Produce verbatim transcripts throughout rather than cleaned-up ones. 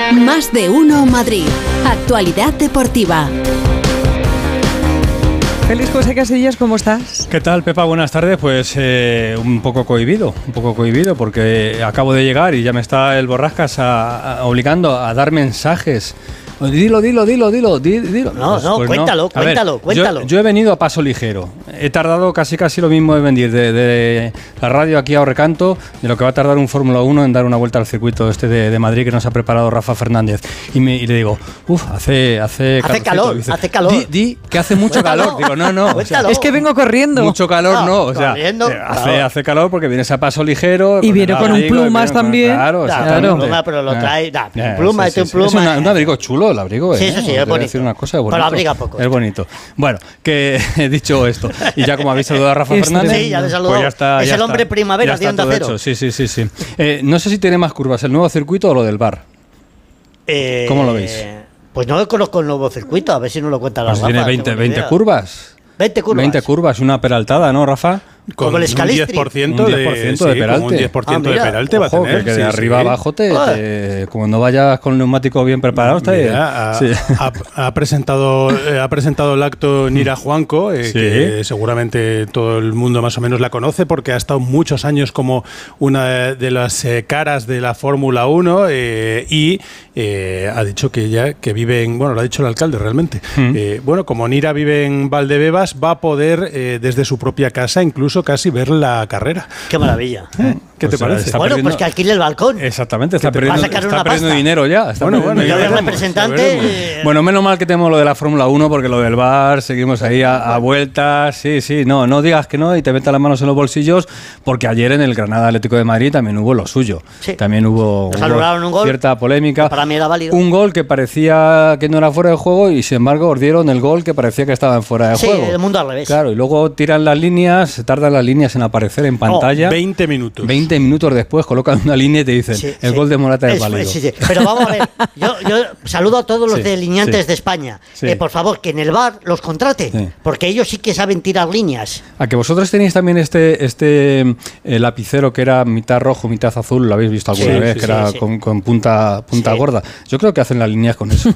Más de uno Madrid. Actualidad deportiva. Félix José Casillas, ¿cómo estás? ¿Qué tal, Pepa? Buenas tardes. Pues eh, un poco cohibido, un poco cohibido porque acabo de llegar y ya me está el Borrascas a, a, obligando a dar mensajes. Dilo, dilo, dilo, dilo, dilo. No, pues, no, pues cuéntalo, no. cuéntalo, ver, cuéntalo. Yo, yo he venido a paso ligero. He tardado casi casi lo mismo de venir de, de la radio aquí a Recanto, de lo que va a tardar un Fórmula uno en dar una vuelta al circuito este de, de Madrid que nos ha preparado Rafa Fernández. Y, me, y le digo, uff, hace hace, hace calor, dice, hace calor. Di, di que hace mucho calor. Digo, no, no. O sea, es que vengo corriendo. Mucho calor no, no o sea, corriendo, hace, claro. hace calor porque vienes a paso ligero. Y viene con un plumas también. Claro, Da, exactamente. un pluma, pero lo trae, da, Eh, pluma, sí, este sí, un sí. pluma. Es una, un abrigo chulo, el abrigo. Sí, eh. eso sí, Te es voy a bonito. decir una cosa, es bonito. Pero abriga poco. Es bonito. Bueno, que he dicho esto. Y ya como habéis saludado a Rafa Es Fernández. Sí, ya le saludó. Pues ya está, Es ya el hombre está. primavera Ya de está Onda todo Cero. hecho. Sí, sí, sí. sí. Eh, no sé si tiene más curvas, el nuevo circuito o lo del bar. Eh, ¿Cómo lo veis? Pues no conozco el nuevo circuito, a ver si nos lo cuenta la Pues Rafa. tiene veinte, tengo ni veinte idea. curvas. veinte curvas. veinte curvas, una peraltada, ¿no, Rafa? Como el un Scalistri. diez por ciento Un de, diez por ciento sí, de peralte. como un diez por ciento Ah, de mira. peralte va a Ojo, tener. que, que sí, de arriba sí. abajo te, Ah. te- como no vayas con el neumático bien preparado, te, Mira, ha, sí. ha- ha presentado eh, ha presentado el acto Nira Juanco, eh, Sí. que seguramente todo el mundo más o menos la conoce porque ha estado muchos años como una de las eh, caras de la Fórmula uno eh, y eh, ha dicho que ella que vive en, bueno, lo ha dicho el alcalde realmente, Mm. eh, bueno, como Nira vive en Valdebebas, va a poder eh, desde su propia casa incluso casi ver la carrera. Qué maravilla. ¿Qué Pues te parece? está Bueno, perdiendo- pues que alquile el balcón. Exactamente, está te- perdiendo, va a sacar está una perdiendo pasta. dinero ya. Está Bueno, perdiendo bueno, Y ya el dinero. veremos, representante. ya veremos. eh, Bueno, menos mal que tenemos lo de la Fórmula uno porque lo del bar, seguimos ahí a, a vueltas, sí, sí, no, no digas que no y te metas las manos en los bolsillos porque ayer en el Granada Atlético de Madrid también hubo lo suyo, Sí. también hubo, Nos hubo anularon un gol, cierta polémica, que para mí era válido. un gol que parecía que no era fuera de juego y sin embargo os dieron el gol que parecía que estaba en fuera de Sí, juego. el mundo al revés. Claro, y luego tiran las líneas, se tardan las líneas en aparecer en pantalla. veinte minutos. veinte minutos después colocan una línea y te dicen, Sí, el sí. gol de Morata es, Es- válido. sí, sí. Pero vamos a ver, yo, yo saludo a todos los Sí, delineantes sí. de España. Sí. Eh, por favor, que en el bar los contraten, Sí. porque ellos sí que saben tirar líneas. A que vosotros tenéis también este este eh, lapicero que era mitad rojo, mitad azul, lo habéis visto alguna Sí, vez, sí, que sí, era sí. con, con punta punta Sí. gorda. Yo creo que hacen las líneas con eso.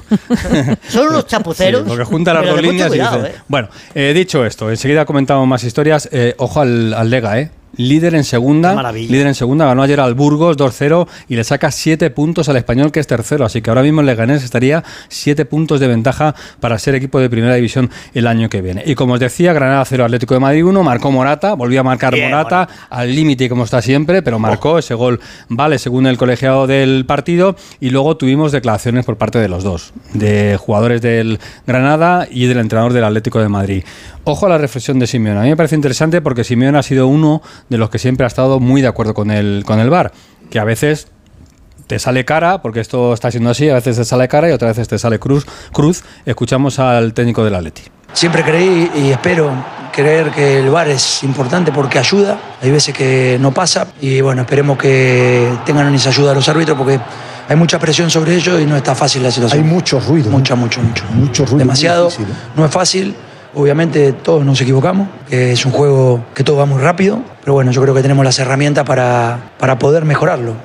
Son unos chapuceros. Sí, porque juntan las pero dos de mucho líneas cuidado, y dicen... eh. Bueno, eh, dicho esto, enseguida comentamos más historias. Eh, ojo al, al Lega, ¿eh? Líder en segunda, Qué maravilla. líder en segunda, ganó ayer al Burgos dos cero y le saca siete puntos al Español que es tercero, así que ahora mismo el Leganés estaría siete puntos de ventaja para ser equipo de primera división el año que viene. Y como os decía, Granada cero, Atlético de Madrid uno, marcó Morata, volvió a marcar Bien, Morata, Morata. al límite como está siempre, pero marcó Oh. ese gol, vale, según el colegiado del partido, y luego tuvimos declaraciones por parte de los dos, de jugadores del Granada y del entrenador del Atlético de Madrid. Ojo a la reflexión de Simeone. A mí me parece interesante porque Simeone ha sido uno de los que siempre ha estado muy de acuerdo con el, con el V A R, que a veces te sale cara, porque esto está siendo así, a veces te sale cara y otras veces te sale cruz. cruz. Escuchamos al técnico del Atleti. Siempre creí y espero creer que el V A R es importante porque ayuda. Hay veces que no pasa y bueno, esperemos que tengan esa ayuda a los árbitros porque hay mucha presión sobre ellos y no está fácil la situación. Hay mucho ruido. Mucha, mucho, mucho. Mucho ruido. Demasiado. Muy difícil, ¿eh? No es fácil. Obviamente todos nos equivocamos, que es un juego que todo va muy rápido, pero bueno, yo creo que tenemos las herramientas para, para poder mejorarlo.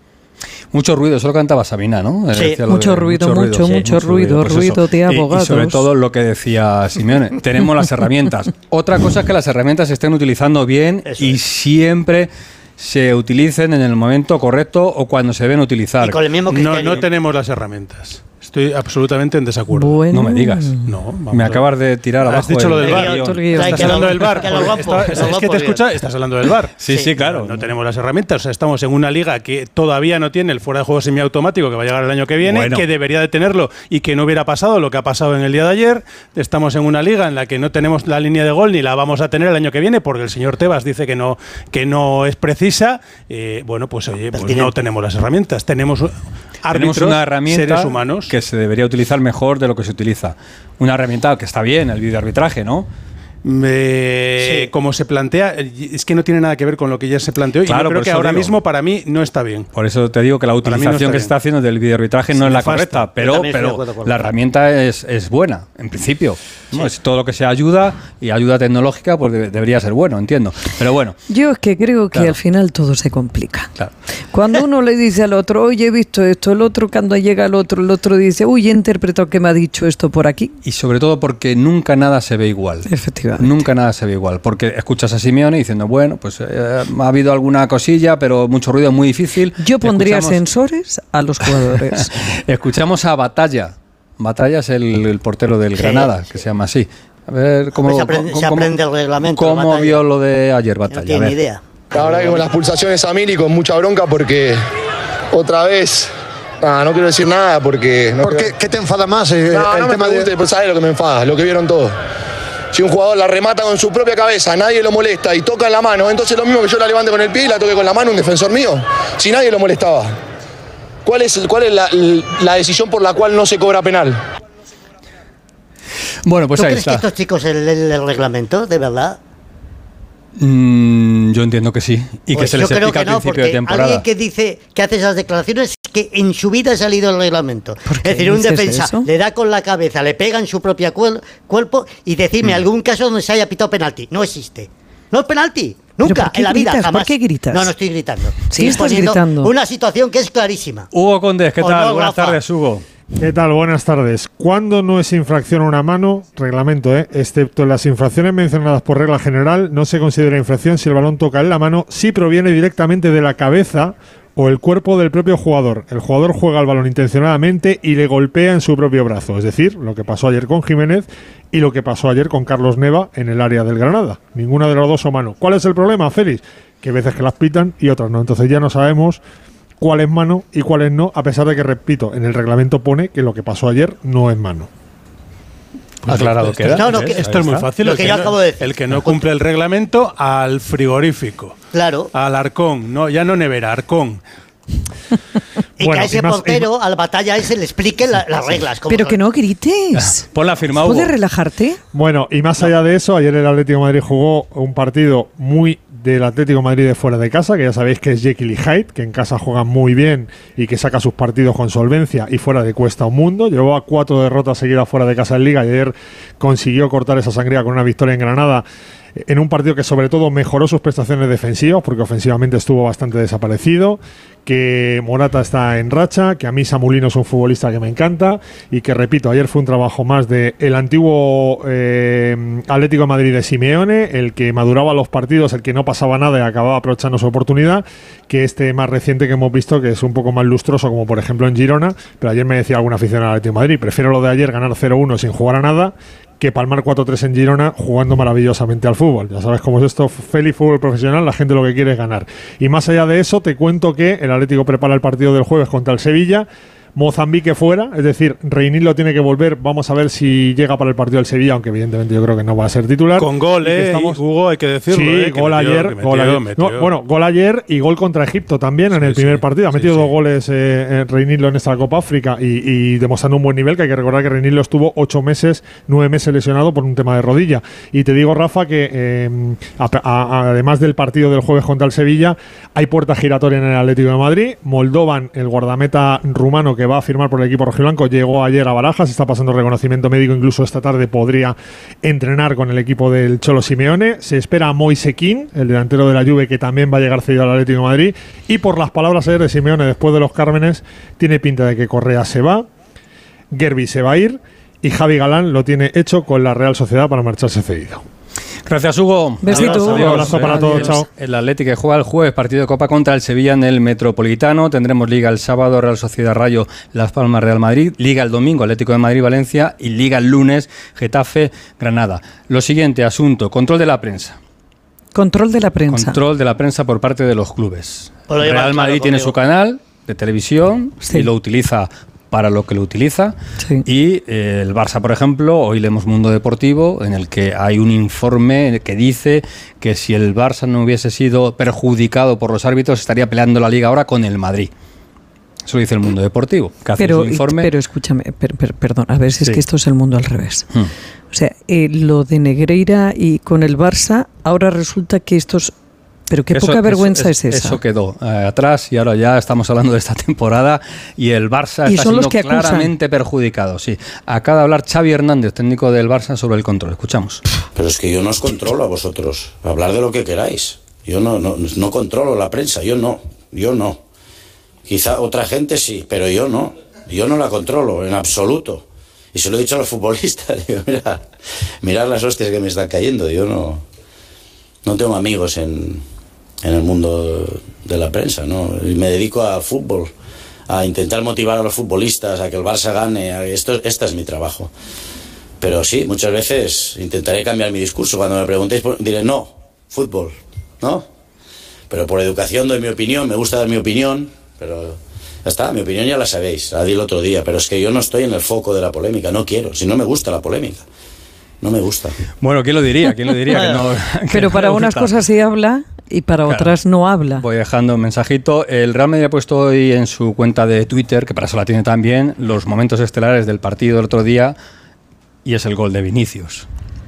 Mucho ruido, eso lo cantaba Sabina, ¿no? Sí. Decía lo Mucho de ruido, mucho, sí, mucho ruido, Pues ruido eso. de Y- abogados. Y sobre todo lo que decía Simeone, tenemos las herramientas. Otra cosa es que las herramientas se estén utilizando bien Eso y es. siempre se utilicen en el momento correcto o cuando se ven utilizar. Y con el mismo No, criterio. no tenemos las herramientas. Estoy absolutamente en desacuerdo. Bueno. No me digas. No, vamos Me a- acabas de tirar Has abajo. dicho lo del el V A R. guión. Todo el guión. Estás Que lo- hablando del V A R. que lo porque rompo, está- que es lo que rompo te bien. escucha, estás hablando del V A R. Sí, sí, claro. No tenemos las herramientas. O sea, estamos en una liga que todavía no tiene el fuera de juego semiautomático que va a llegar el año que viene, Bueno. que debería de tenerlo y que no hubiera pasado lo que ha pasado en el día de ayer. Estamos en una liga en la que no tenemos la línea de gol ni la vamos a tener el año que viene porque el señor Tebas dice que no, que no es precisa. Eh, bueno, pues oye, pues Pertinente. no tenemos las herramientas. Tenemos árbitros, Tenemos una herramienta seres humanos. que se debería utilizar mejor de lo que se utiliza. Una herramienta que está bien, el videoarbitraje, ¿no? Me- Sí. Como se plantea, es que no tiene nada que ver con lo que ya se planteó Claro, y yo creo por que eso ahora digo. mismo para mí no está bien. Por eso te digo que la Para mí no utilización está que bien. se está haciendo del videoarbitraje no Sí, es la nefasta. correcta, Yo pero, también estoy de pero acuerdo con la Rafa. herramienta es, es buena, en principio. Bueno, si todo lo que sea ayuda y ayuda tecnológica, pues de- debería ser bueno, entiendo. Pero bueno, Yo es que creo que Claro. al final todo se complica. claro. Cuando uno le dice al otro, oye, he visto esto, el otro, cuando llega el otro, el otro dice, uy, he interpretado que me ha dicho esto por aquí. Y sobre todo porque nunca nada se ve igual. Efectivamente. Nunca nada se ve igual. Porque escuchas a Simeone diciendo, bueno, pues eh, ha habido alguna cosilla, pero mucho ruido, muy difícil. Yo pondría Escuchamos- sensores a los jugadores. Escuchamos a Batalla. Batalla es el, el portero del Sí, Granada, sí. que se llama así. A ver cómo, Se aprende- cómo- se aprende el reglamento, ¿Cómo Batalla. vio lo de ayer, No Batalla? A tiene ver. ni idea. La verdad que con las pulsaciones a mil y con mucha bronca porque otra vez, nada, no quiero decir nada porque... No ¿Por quiero- qué, qué te enfada más eh, No, el no me tema preguntes, de... pues sabes lo que me enfada, lo que vieron todos. Si un jugador la remata con su propia cabeza, nadie lo molesta y toca en la mano, entonces lo mismo que yo la levante con el pie y la toque con la mano un defensor mío, si nadie lo molestaba. ¿Cuál es, cuál es la, la decisión por la cual no se cobra penal? Bueno, pues ¿Tú ahí crees que está. estos chicos el, el- el reglamento, de verdad? Mm, yo entiendo que sí. Y que Pues se les yo creo explica que al no, principio de porque temporada. alguien que dice que hace esas declaraciones que en su vida ha salido el reglamento. ¿Por qué Es decir, un dices defensa eso? le da con la cabeza, le pega en su propio cuel- cuerpo y Mm. decirme algún caso donde se haya pitado penalti. No existe. No es penalti. Nunca ¿por qué en la vida, gritas? jamás. ¿Por qué gritas? No, no estoy gritando. Sí, Estoy estás poniendo gritando. una situación que es clarísima. Hugo Condés, ¿qué ¿O tal? no, Buenas Rafa? tardes, Hugo. ¿Qué tal? Buenas tardes. ¿Cuándo no es infracción una mano? Reglamento, ¿eh? Excepto en las infracciones mencionadas por regla general, no se considera infracción si el balón toca en la mano, si proviene directamente de la cabeza o el cuerpo del propio jugador. El jugador juega el balón intencionadamente y le golpea en su propio brazo. Es decir, lo que pasó ayer con Jiménez y lo que pasó ayer con Carlos Neva en el área del Granada. Ninguna de las dos son mano. ¿Cuál es el problema, Félix? Que hay veces que las pitan y otras no. Entonces ya no sabemos cuál es mano y cuál es no, a pesar de que, repito, en el reglamento pone que lo que pasó ayer no es mano. Aclarado Esto- queda. No, no, ¿ves? que- Ahí Esto es muy está. fácil. Lo el que yo no- acabo de decir. El que no cumple el reglamento, al frigorífico. Claro. Al arcón. No, ya no nevera, arcón. Y Bueno, que a ese y más- portero, al batalla ese, le explique la- las reglas. cómo Pero son. que no grites. Pon la firma, Hugo. ¿Puedes relajarte? Bueno, y más allá de eso, ayer el Atlético de Madrid jugó un partido muy del Atlético de Madrid de fuera de casa, que ya sabéis que es Jekyll y Hyde, que en casa juega muy bien y que saca sus partidos con solvencia y fuera de cuesta un mundo. Llevaba cuatro derrotas seguidas fuera de casa en Liga y ayer consiguió cortar esa sangría con una victoria en Granada en un partido que sobre todo mejoró sus prestaciones defensivas, porque ofensivamente estuvo bastante desaparecido, que Morata está en racha, que a mí Samulino es un futbolista que me encanta y que, repito, ayer fue un trabajo más de el antiguo eh, Atlético de Madrid de Simeone, el que maduraba los partidos, el que no pasaba nada y acababa aprovechando su oportunidad, que este más reciente que hemos visto, que es un poco más lustroso, como por ejemplo en Girona, pero ayer me decía alguna aficionada al Atlético de Madrid, prefiero lo de ayer, ganar cero uno sin jugar a nada, que palmar cuatro tres en Girona jugando maravillosamente al fútbol. Ya sabes cómo es esto, feliz fútbol profesional, la gente lo que quiere es ganar. Y más allá de eso, te cuento que el Atlético prepara el partido del jueves contra el Sevilla. Mozambique fuera, es decir, Reinildo tiene que volver. Vamos a ver si llega para el partido del Sevilla, aunque evidentemente yo creo que no va a ser titular. Con gol, Y que eh, estamos- Hugo, hay que decirlo. Sí, eh, que gol metió, ayer, que metió, gol ayer. metió. No, bueno, gol ayer y gol contra Egipto también en Sí, el primer sí, partido. Ha sí, metido sí. dos goles eh, eh, Reinildo en esta Copa África y, y demostrando un buen nivel, que hay que recordar que Reinildo estuvo ocho meses, nueve meses lesionado por un tema de rodilla. Y te digo, Rafa, que eh, a- a- además del partido del jueves contra el Sevilla, hay puerta giratoria en el Atlético de Madrid. Moldovan, el guardameta rumano que va a firmar por el equipo rojiblanco, llegó ayer a Barajas, está pasando reconocimiento médico, incluso esta tarde podría entrenar con el equipo del Cholo Simeone. Se espera a Moise Kean, el delantero de la Juve, que también va a llegar cedido al Atlético de Madrid. Y por las palabras ayer de Simeone después de los Cármenes, tiene pinta de que Correa se va, Gerbi se va a ir y Javi Galán lo tiene hecho con la Real Sociedad para marcharse cedido. Gracias, Hugo. Besito. Adiós, Un adiós. abrazo para todos, Adiós. chao. El Atlético que juega el jueves, partido de Copa contra el Sevilla en el Metropolitano. Tendremos Liga el sábado, Real Sociedad Rayo, Las Palmas, Real Madrid. Liga el domingo, Atlético de Madrid, Valencia. Y Liga el lunes, Getafe, Granada. Lo siguiente, asunto, control de la prensa. Control de la prensa. Control de la prensa por parte de los clubes. Pues lo llevan Real Madrid claro tiene conmigo. su canal de televisión Sí. y lo utiliza para lo que lo utiliza. Sí. Y eh, el Barça, por ejemplo, hoy leemos Mundo Deportivo, en el que hay un informe que dice que si el Barça no hubiese sido perjudicado por los árbitros, estaría peleando la Liga ahora con el Madrid. Eso lo dice el Mundo Deportivo, que hace Pero, su informe. pero escúchame, per- per- perdón, a ver si Sí. es que esto es el mundo al revés. Hmm. O sea, eh, lo de Negreira y con el Barça, ahora resulta que estos Pero qué Eso- poca vergüenza eso- es esa. Eso quedó eh, atrás y ahora ya estamos hablando de esta temporada y el Barça Y está son los siendo que acusan. claramente perjudicado. Sí. Acaba de hablar Xavi Hernández, técnico del Barça, sobre el control. Escuchamos. Pero es que yo no os controlo a vosotros. Hablar de lo que queráis. Yo no, no, no controlo la prensa. Yo no. Yo no. Quizá otra gente sí, pero yo no. Yo no la controlo en absoluto. Y se lo he dicho a los futbolistas. Digo, mira, mirad las hostias que me están cayendo. Yo no, no tengo amigos en, en el mundo de la prensa, ¿no? Y me dedico al fútbol, a intentar motivar a los futbolistas, a que el Barça gane. A esto, este es mi trabajo. Pero sí, muchas veces intentaré cambiar mi discurso. Cuando me preguntéis, diré, no, fútbol, ¿no? Pero por educación doy mi opinión, me gusta dar mi opinión, pero ya está, mi opinión ya la sabéis, la di el otro día, pero es que yo no estoy en el foco de la polémica, no quiero, si no me gusta la polémica, no me gusta. Bueno, ¿quién lo diría? ¿Quién lo diría que no? que Pero no para le unas gusta? cosas sí habla y para Claro. otras no habla. Voy dejando un mensajito. El Real Madrid ha puesto hoy en su cuenta de Twitter, que para eso la tiene también, los momentos estelares del partido del otro día, y es el gol de Vinicius,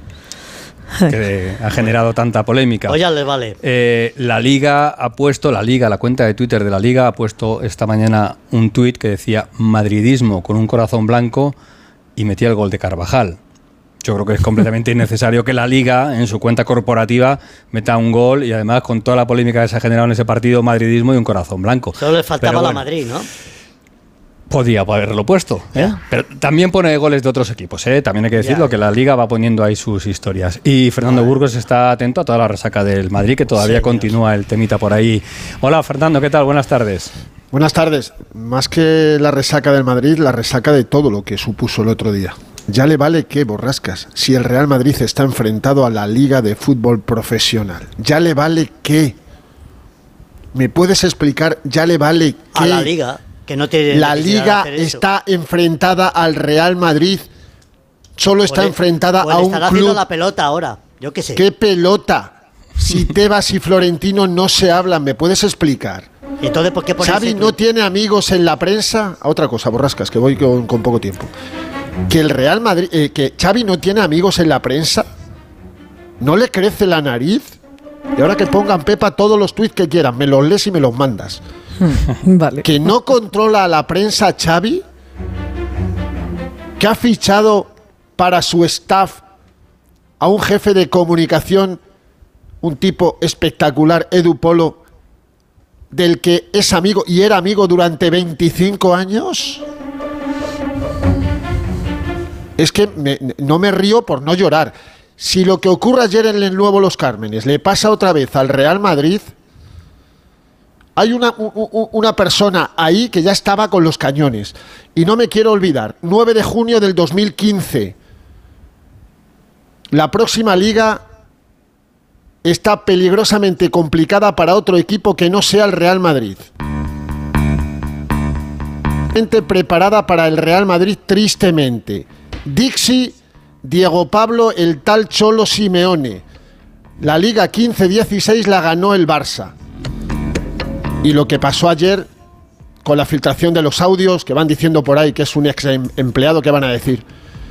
que ha generado tanta polémica. Oye, le vale. Eh, la Liga ha puesto, la Liga, la cuenta de Twitter de la Liga ha puesto esta mañana un tuit que decía madridismo con un corazón blanco y metía el gol de Carvajal. Yo creo que es completamente innecesario que la Liga en su cuenta corporativa meta un gol y además con toda la polémica que se ha generado en ese partido, madridismo y un corazón blanco. Solo le faltaba Pero la bueno, Madrid, ¿no? Podía haberlo puesto, ¿eh? Ya. Pero también pone goles de otros equipos, ¿eh? También hay que decirlo, Ya. que la Liga va poniendo ahí sus historias. Y Fernando Burgos está atento a toda la resaca del Madrid, que todavía Señor. continúa el temita por ahí. Hola, Fernando, ¿qué tal? Buenas tardes. Buenas tardes. Más que la resaca del Madrid, la resaca de todo lo que supuso el otro día. Ya le vale que, Borrascas, si el Real Madrid está enfrentado a la Liga de Fútbol Profesional. Ya le vale que. ¿Me puedes explicar? Ya le vale que. A la Liga, que no tiene La necesidad de Liga hacer eso. está enfrentada al Real Madrid. Solo está Pues le- enfrentada pues a le un estará haciendo club. la pelota ahora, yo qué sé. ¿Qué pelota? Si Tebas y Florentino no se hablan, ¿me puedes explicar? ¿Y entonces por qué ponerse Xavi tú? no tiene amigos en la prensa. A otra cosa, Borrascas, que voy con, con poco tiempo. Que el Real Madrid, eh, que Xavi no tiene amigos en la prensa. ¿No le crece la nariz? Y ahora que pongan Pepa todos los tuits que quieran, me los lees y me los mandas. Vale. Que no controla a la prensa Xavi, que ha fichado para su staff a un jefe de comunicación, un tipo espectacular, Edu Polo, del que es amigo y era amigo durante veinticinco años. Es que me- no me río por no llorar. Si lo que ocurre ayer en el Nuevo Los Cármenes le pasa otra vez al Real Madrid, hay una, u- u- una persona ahí que ya estaba con los cañones. Y no me quiero olvidar, nueve de junio del dos mil quince, la próxima liga está peligrosamente complicada para otro equipo que no sea el Real Madrid. Preparada para el Real Madrid, tristemente. Dixi, Diego Pablo, el tal Cholo Simeone. La Liga quince dieciséis la ganó el Barça. Y lo que pasó ayer con la filtración de los audios que van diciendo por ahí que es un ex em- empleado, que van a decir,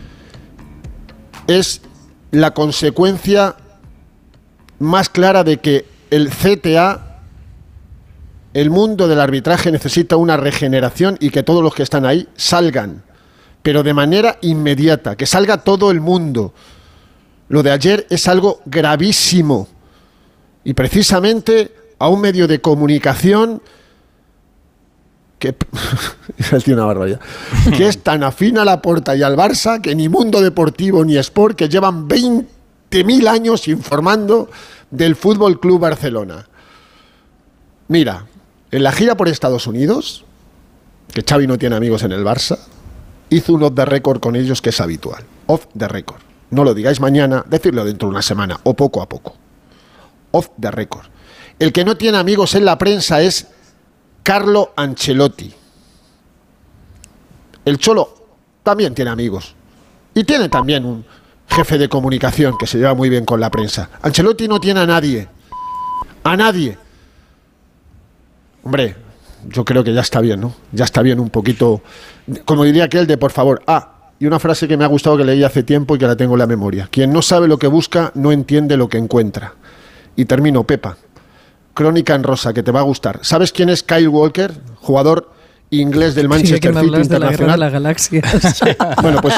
es la consecuencia más clara de que el C T A, el mundo del arbitraje, necesita una regeneración y que todos los que están ahí salgan, pero de manera inmediata, que salga todo el mundo. Lo de ayer es algo gravísimo y precisamente a un medio de comunicación que es una barbaridad, que es tan afín a la Porta y al Barça que ni Mundo Deportivo ni Sport, que llevan veinte mil años informando del Fútbol Club Barcelona. Mira, en la gira por Estados Unidos, que Xavi no tiene amigos en el Barça, hizo un off the record con ellos que es habitual. Off the record. No lo digáis mañana, decirlo dentro de una semana o poco a poco. Off the record. El que no tiene amigos en la prensa es Carlo Ancelotti. El Cholo también tiene amigos. Y tiene también un jefe de comunicación que se lleva muy bien con la prensa. Ancelotti no tiene a nadie. A nadie. Hombre, yo creo que ya está bien, ¿no? Ya está bien un poquito, como diría aquel de por favor. Ah, y una frase que me ha gustado que leí hace tiempo y que la tengo en la memoria. Quien no sabe lo que busca, no entiende lo que encuentra. Y termino, Pepa. crónica en rosa, que te va a gustar. ¿Sabes quién es Kyle Walker? Jugador inglés del Manchester sí, que me City hablas de la guerra de internacional. la galaxia. Bueno, pues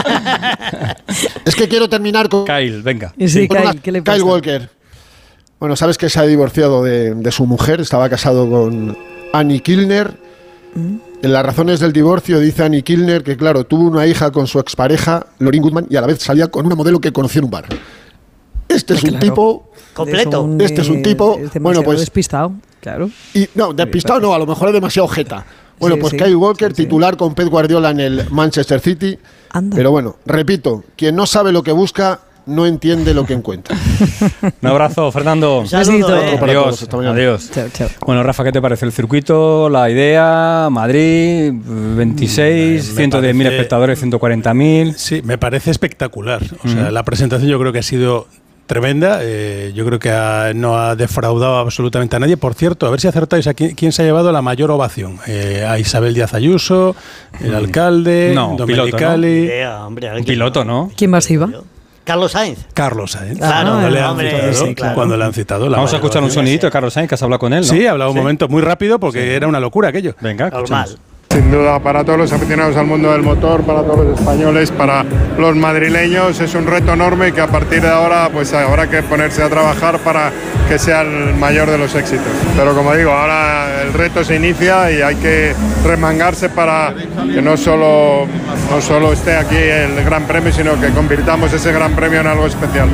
es que quiero terminar con Kyle, venga. Y sí, con Kyle, una- ¿qué le pasa? Kyle Walker. Bueno, sabes que se ha divorciado de, de su mujer, estaba casado con Annie Kilner. ¿Mm? En las razones del divorcio dice Annie Kilner que, claro, tuvo una hija con su expareja, Lauren Goodman, y a la vez salía con una modelo que conoció en un bar. Este es un Claro. tipo... Completo. un, Este es un eh, tipo... es Bueno, pues... despistado, claro. Y, no, despistado no, a lo mejor es demasiado jeta. Bueno, Sí, pues sí, Kyle Walker, sí, sí. titular con Pep Guardiola en el Manchester City. Anda. Pero bueno, repito, quien no sabe lo que busca, no entiende lo que encuentra. Un abrazo, Fernando. Un saludo, Besito. eh. Para Adiós. todos, hasta mañana. Adiós. Chao, chao. Bueno, Rafa, ¿qué te parece el circuito, la idea? Madrid, veintiséis, Me ciento diez mil parece- espectadores, ciento cuarenta mil. Sí, me parece espectacular. O sea, la presentación yo creo que ha sido tremenda. Eh, yo creo que ha- no ha defraudado absolutamente a nadie. Por cierto, a ver si acertáis a quién, quién se ha llevado la mayor ovación. Eh, a Isabel Díaz Ayuso, el alcalde, No, Domenicali, Idea, hombre, Un alguien- piloto, ¿no? ¿Quién más iba? Carlos Sainz. Carlos Sainz. Claro, cuando, le han hombre, citado, sí, claro. cuando le han citado. la Vamos a mayor escuchar un ovación. sonidito de Carlos Sainz, que has hablado con él, ¿no? Sí, ha hablado un momento muy rápido porque era una locura aquello. Venga, escuchamos. Normal. Sin duda, para todos los aficionados al mundo del motor, para todos los españoles, para los madrileños, es un reto enorme que a partir de ahora pues habrá que ponerse a trabajar para que sea el mayor de los éxitos. Pero como digo, ahora el reto se inicia y hay que remangarse para que no solo, no solo esté aquí el Gran Premio, sino que convirtamos ese Gran Premio en algo especial.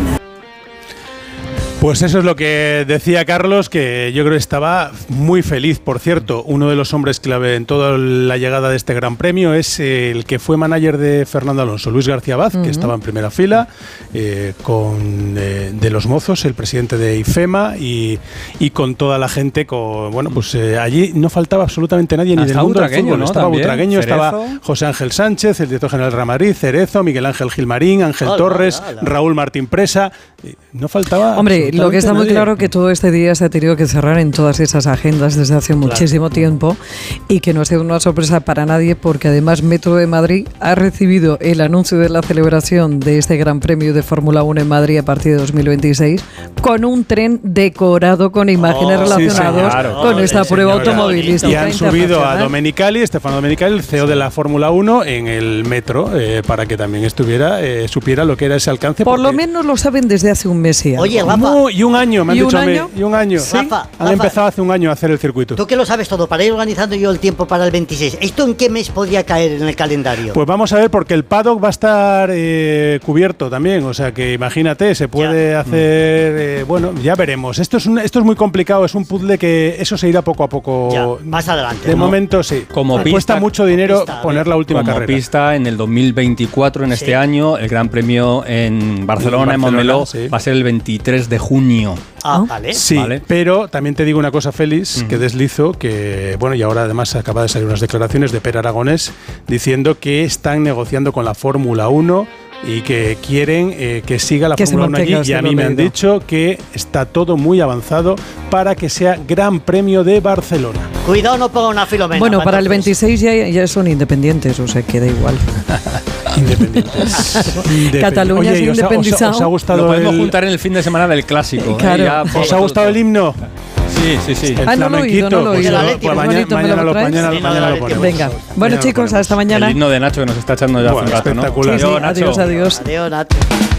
Pues eso es lo que decía Carlos, que yo creo que estaba muy feliz. Por cierto, uno de los hombres clave en toda la llegada de este Gran Premio es el que fue manager de Fernando Alonso, Luis García Abad, uh-huh. que estaba en primera fila, eh, con eh, de los Mozos, el presidente de IFEMA, y, y con toda la gente. Con, bueno, pues eh, allí no faltaba absolutamente nadie, ni Hasta del mundo del Butragueño, fútbol. ¿no? Estaba También, Butragueño, Cerezo. estaba José Ángel Sánchez, el director general de Real Madrid, Cerezo, Miguel Ángel Gilmarín, Ángel Hola, Torres, hola. Raúl Martín Presa. Eh, No faltaba. Hombre, lo que está muy nadie. claro que todo este día se ha tenido que cerrar en todas esas agendas desde hace muchísimo tiempo y que no ha sido una sorpresa para nadie porque además Metro de Madrid ha recibido el anuncio de la celebración de este Gran Premio de Fórmula uno en Madrid a partir de dos mil veintiséis con un tren decorado con imágenes Oh, sí, relacionadas señor. con Oh, esta sí, prueba señora. automovilística Y han subido a internacional. Domenicali, Stefano Domenicali, el C E O de la Fórmula uno, en el metro, eh, para que también estuviera, eh, supiera lo que era ese alcance. Por lo porque- menos lo saben desde hace un mes y algo. Oye, Rafa, No, y un año, me han ¿Y un dicho a mí. año? Y un año. Sí. Rafa, Han Rafa. empezado hace un año a hacer el circuito. tú que lo sabes todo, para ir organizando yo el tiempo para el veintiséis, ¿esto en qué mes podría caer en el calendario? Pues vamos a ver, porque el paddock va a estar eh, cubierto también, o sea que imagínate, se puede hacer, eh, bueno, ya veremos. Esto es, un, esto es muy complicado, es un puzzle que eso se irá poco a poco. Ya, más adelante. De ¿no? momento sí. Como Me pista- cuesta mucho dinero pista, poner la última Como carrera. pista, en el dos mil veinticuatro, en este Sí. año, el Gran Premio en Barcelona, en Barcelona, Montmeló, sí. va a ser el veintitrés de junio. Ah, vale. Sí, Vale. pero también te digo una cosa, Félix, Ujú. que deslizo, que bueno, y ahora además acaba de salir unas declaraciones de Per Aragonés diciendo que están negociando con la Fórmula uno y que quieren eh, que siga la Que se Fórmula uno allí, mantenga, y a se mí lo me he han leído. dicho que está todo muy avanzado para que sea Gran Premio de Barcelona. Cuidado, no ponga una filomena. Bueno, para el entonces. veintiséis ya, ya son independientes, o sea, que da igual. Independientes. Independ- Cataluña Oye, se ¿y os ha- os ha- independizado. ¿Os ha gustado Lo podemos el, juntar en el fin de semana del clásico. ¿eh? Claro. Ya, ¿os ha gustado el himno? Sí, sí, sí. El Ah, no lo he oído, flamenquito, no lo he pues, oído. pues, El Atlético, mañana, bonito, ¿me lo mañana lo, traes? mañana, Sí, no, mañana el lo Atlético. ponemos. Venga. Mañana Bueno, lo chicos, ponemos. hasta mañana. El himno de Nacho que nos está echando ya Bueno, hace un rato, ¿no? espectacular. Sí, sí, Adiós, Nacho. adiós, adiós. Adiós, Nacho.